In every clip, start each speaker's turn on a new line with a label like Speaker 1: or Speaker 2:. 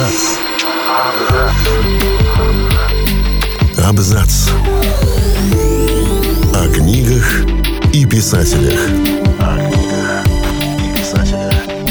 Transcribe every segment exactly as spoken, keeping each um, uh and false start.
Speaker 1: Абзац. Абзац. О книгах и писателях. О книгах и писателях.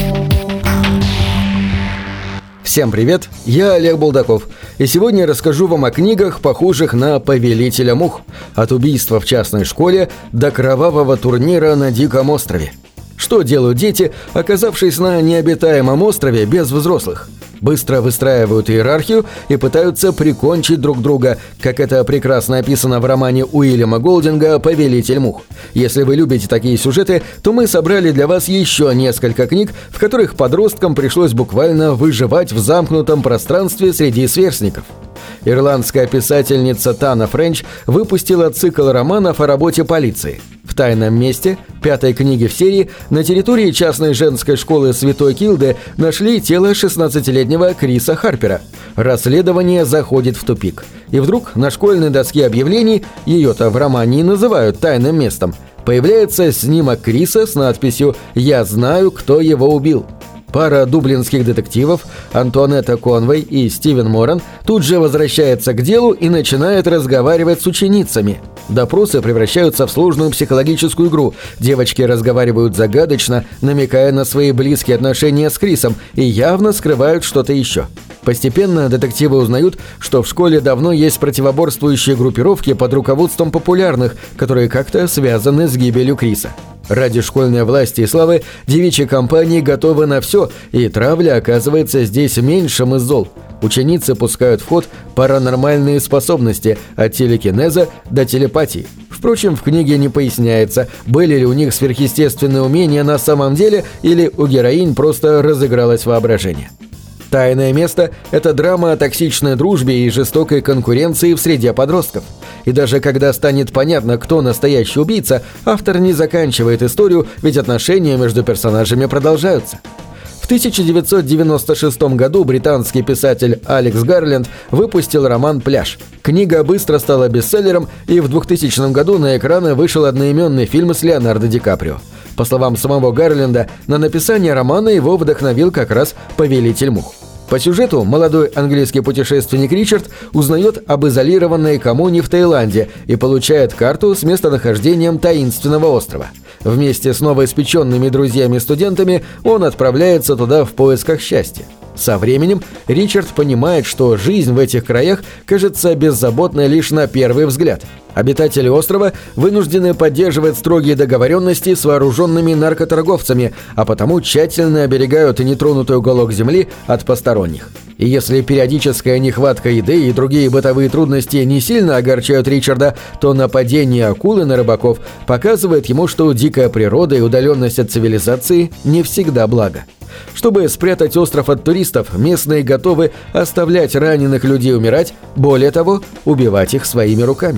Speaker 2: Всем привет, я Олег Булдаков, и сегодня я расскажу вам о книгах, похожих на «Повелителя мух», от убийства в частной школе до кровавого турнира на Диком острове. Что делают дети, оказавшись на необитаемом острове без взрослых? Быстро выстраивают иерархию и пытаются прикончить друг друга, как это прекрасно описано в романе Уильяма Голдинга «Повелитель мух». Если вы любите такие сюжеты, то мы собрали для вас еще несколько книг, в которых подросткам пришлось буквально выживать в замкнутом пространстве среди сверстников. Ирландская писательница Тана Френч выпустила цикл романов о работе полиции. В «Тайном месте», пятой книге в серии, на территории частной женской школы Святой Килды нашли тело шестнадцатилетнего Криса Харпера. Расследование заходит в тупик. И вдруг на школьной доске объявлений, ее-то в романе и называют «тайным местом», появляется снимок Криса с надписью «Я знаю, кто его убил». Пара дублинских детективов, Антуанетта Конвей и Стивен Моран, тут же возвращается к делу и начинает разговаривать с ученицами. Допросы превращаются в сложную психологическую игру. Девочки разговаривают загадочно, намекая на свои близкие отношения с Крисом, и явно скрывают что-то еще. Постепенно детективы узнают, что в школе давно есть противоборствующие группировки под руководством популярных, которые как-то связаны с гибелью Криса. Ради школьной власти и славы девичьи компании готовы на все, и травля оказывается здесь меньшим из зол. Ученицы пускают в ход паранормальные способности от телекинеза до телепатии. Впрочем, в книге не поясняется, были ли у них сверхъестественные умения на самом деле, или у героинь просто разыгралось воображение. «Тайное место» — это драма о токсичной дружбе и жестокой конкуренции в среде подростков. И даже когда станет понятно, кто настоящий убийца, автор не заканчивает историю, ведь отношения между персонажами продолжаются. В тысяча девятьсот девяносто шестом году британский писатель Алекс Гарленд выпустил роман «Пляж». Книга быстро стала бестселлером, и в двухтысячном году на экраны вышел одноименный фильм с Леонардо Ди Каприо. По словам самого Гарленда, на написание романа его вдохновил как раз «Повелитель мух». По сюжету молодой английский путешественник Ричард узнает об изолированной коммуне в Таиланде и получает карту с местонахождением таинственного острова. Вместе с новоиспеченными друзьями-студентами он отправляется туда в поисках счастья. Со временем Ричард понимает, что жизнь в этих краях кажется беззаботной лишь на первый взгляд. Обитатели острова вынуждены поддерживать строгие договоренности с вооруженными наркоторговцами, а потому тщательно оберегают нетронутый уголок земли от посторонних. И если периодическая нехватка еды и другие бытовые трудности не сильно огорчают Ричарда, то нападение акулы на рыбаков показывает ему, что дикая природа и удаленность от цивилизации не всегда благо. Чтобы спрятать остров от туристов, местные готовы оставлять раненых людей умирать, более того, убивать их своими руками.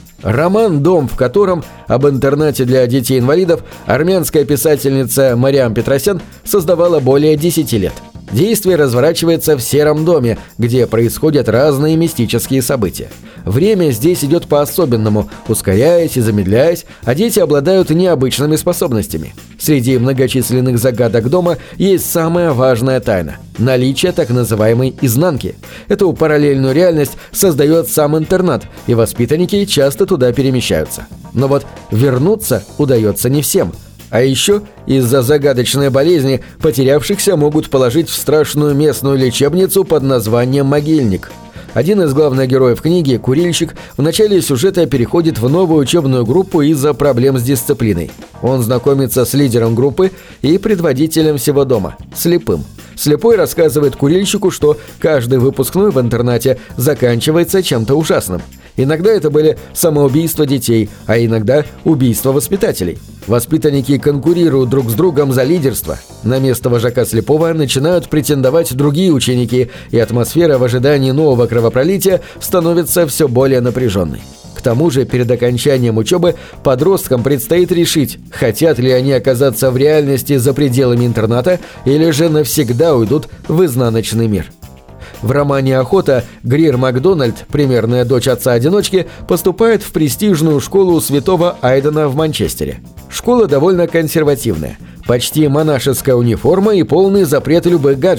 Speaker 2: Роман «Дом в котором» об интернате для детей-инвалидов армянская писательница Мариам Петросян создавала более десяти лет. Действие разворачивается в сером доме, где происходят разные мистические события. Время здесь идет по-особенному, ускоряясь и замедляясь, а дети обладают необычными способностями. Среди многочисленных загадок дома есть самая важная тайна – наличие так называемой изнанки. Эту параллельную реальность создает сам интернат, и воспитанники часто туда перемещаются. Но вот вернуться удается не всем. А еще из-за загадочной болезни потерявшихся могут положить в страшную местную лечебницу под названием «Могильник». Один из главных героев книги, курильщик, в начале сюжета переходит в новую учебную группу из-за проблем с дисциплиной. Он знакомится с лидером группы и предводителем всего дома – слепым. Слепой рассказывает курильщику, что каждый выпускной в интернате заканчивается чем-то ужасным. Иногда это были самоубийства детей, а иногда убийства воспитателей. Воспитанники конкурируют друг с другом за лидерство. На место вожака слепого начинают претендовать другие ученики, и атмосфера в ожидании нового кровопролития становится все более напряженной. К тому же, перед окончанием учебы подросткам предстоит решить, хотят ли они оказаться в реальности за пределами интерната или же навсегда уйдут в изнаночный мир. В романе «Охота» Грир Макдональд, примерная дочь отца-одиночки, поступает в престижную школу святого Айдена в Манчестере. Школа довольно консервативная, почти монашеская униформа и полный запрет любых гаджетов.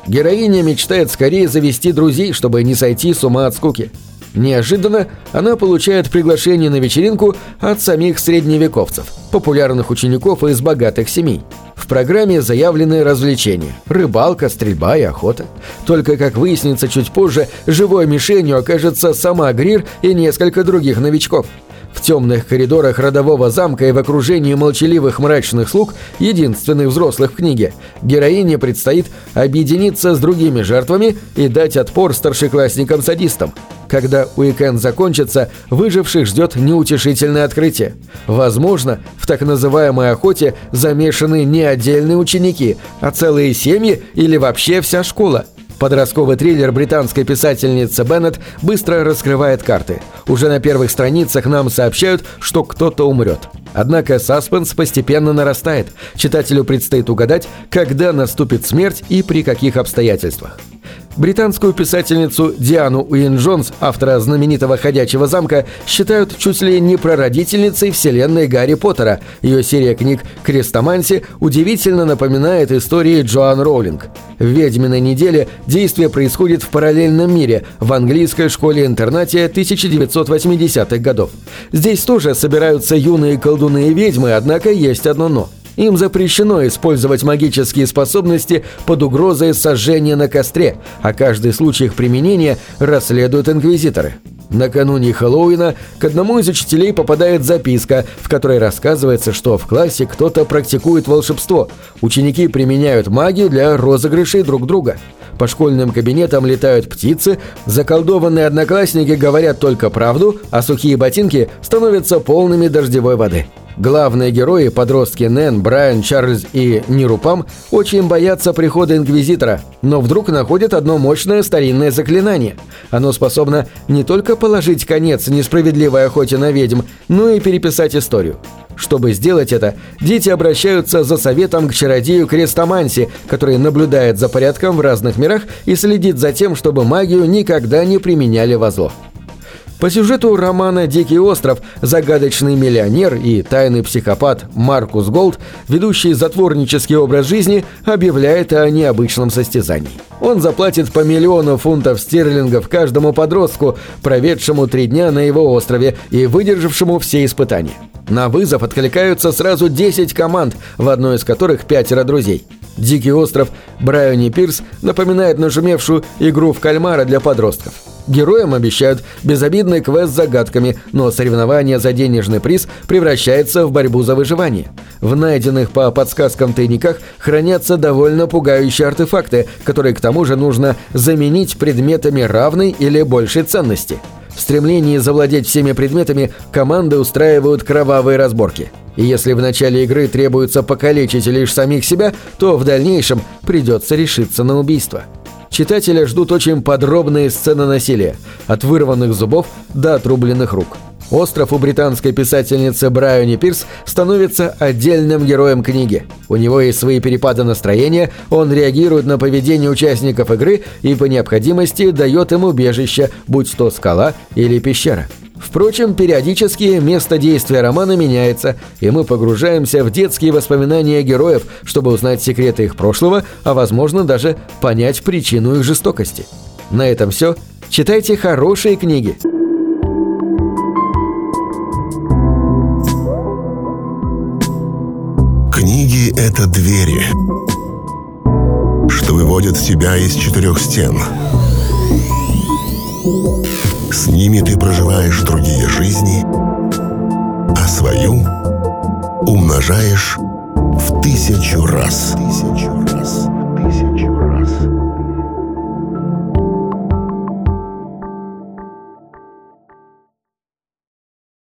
Speaker 2: Героиня мечтает скорее завести друзей, чтобы не сойти с ума от скуки. Неожиданно она получает приглашение на вечеринку от самих средневековцев, популярных учеников из богатых семей. В программе заявлены развлечения – рыбалка, стрельба и охота. Только, как выяснится чуть позже, живой мишенью окажется сама Грир и несколько других новичков. В темных коридорах родового замка и в окружении молчаливых мрачных слуг, единственных взрослых в книге, героине предстоит объединиться с другими жертвами и дать отпор старшеклассникам-садистам. Когда уикенд закончится, выживших ждет неутешительное открытие. Возможно, в так называемой охоте замешаны не отдельные ученики, а целые семьи или вообще вся школа. Подростковый триллер британской писательницы Беннет быстро раскрывает карты. Уже на первых страницах нам сообщают, что кто-то умрет. Однако саспенс постепенно нарастает. Читателю предстоит угадать, когда наступит смерть и при каких обстоятельствах. Британскую писательницу Диану Уин-Джонс, автора знаменитого «Ходячего замка», считают чуть ли не прародительницей вселенной Гарри Поттера. Ее серия книг «Крестоманси» удивительно напоминает истории Джоан Роулинг. В «Ведьминой неделе» действие происходит в параллельном мире, в английской школе-интернате тысяча девятьсот восьмидесятых годов. Здесь тоже собираются юные колдуны и ведьмы, однако есть одно «но». Им запрещено использовать магические способности под угрозой сожжения на костре, а каждый случай их применения расследуют инквизиторы. Накануне Хэллоуина к одному из учителей попадает записка, в которой рассказывается, что в классе кто-то практикует волшебство. Ученики применяют магию для розыгрышей друг друга. По школьным кабинетам летают птицы, заколдованные одноклассники говорят только правду, а сухие ботинки становятся полными дождевой воды. Главные герои, подростки Нэн, Брайан, Чарльз и Нирупам, очень боятся прихода инквизитора, но вдруг находят одно мощное старинное заклинание. Оно способно не только положить конец несправедливой охоте на ведьм, но и переписать историю. Чтобы сделать это, дети обращаются за советом к чародею Крестоманси, который наблюдает за порядком в разных мирах и следит за тем, чтобы магию никогда не применяли во зло. По сюжету романа «Дикий остров» загадочный миллионер и тайный психопат Маркус Голд, ведущий затворнический образ жизни, объявляет о необычном состязании. Он заплатит по миллиону фунтов стерлингов каждому подростку, проведшему три дня на его острове и выдержавшему все испытания. На вызов откликаются сразу десять команд, в одной из которых пятеро друзей. «Дикий остров» Брайани Пирс напоминает нашумевшую игру в кальмара для подростков. Героям обещают безобидный квест с загадками, но соревнование за денежный приз превращается в борьбу за выживание. В найденных по подсказкам тайниках хранятся довольно пугающие артефакты, которые к тому же нужно заменить предметами равной или большей ценности. В стремлении завладеть всеми предметами команды устраивают кровавые разборки. И если в начале игры требуется покалечить лишь самих себя, то в дальнейшем придется решиться на убийство. Читателя ждут очень подробные сцены насилия, от вырванных зубов до отрубленных рук. Остров у британской писательницы Брайани Пирс становится отдельным героем книги. У него есть свои перепады настроения, он реагирует на поведение участников игры и по необходимости дает им убежище, будь то скала или пещера. Впрочем, периодически место действия романа меняется, и мы погружаемся в детские воспоминания героев, чтобы узнать секреты их прошлого, а возможно даже понять причину их жестокости. На этом все. Читайте хорошие книги.
Speaker 1: Книги — это двери, что выводят тебя из четырех стен. С ними ты проживаешь другие жизни, а свою умножаешь в тысячу раз. Тысячу раз.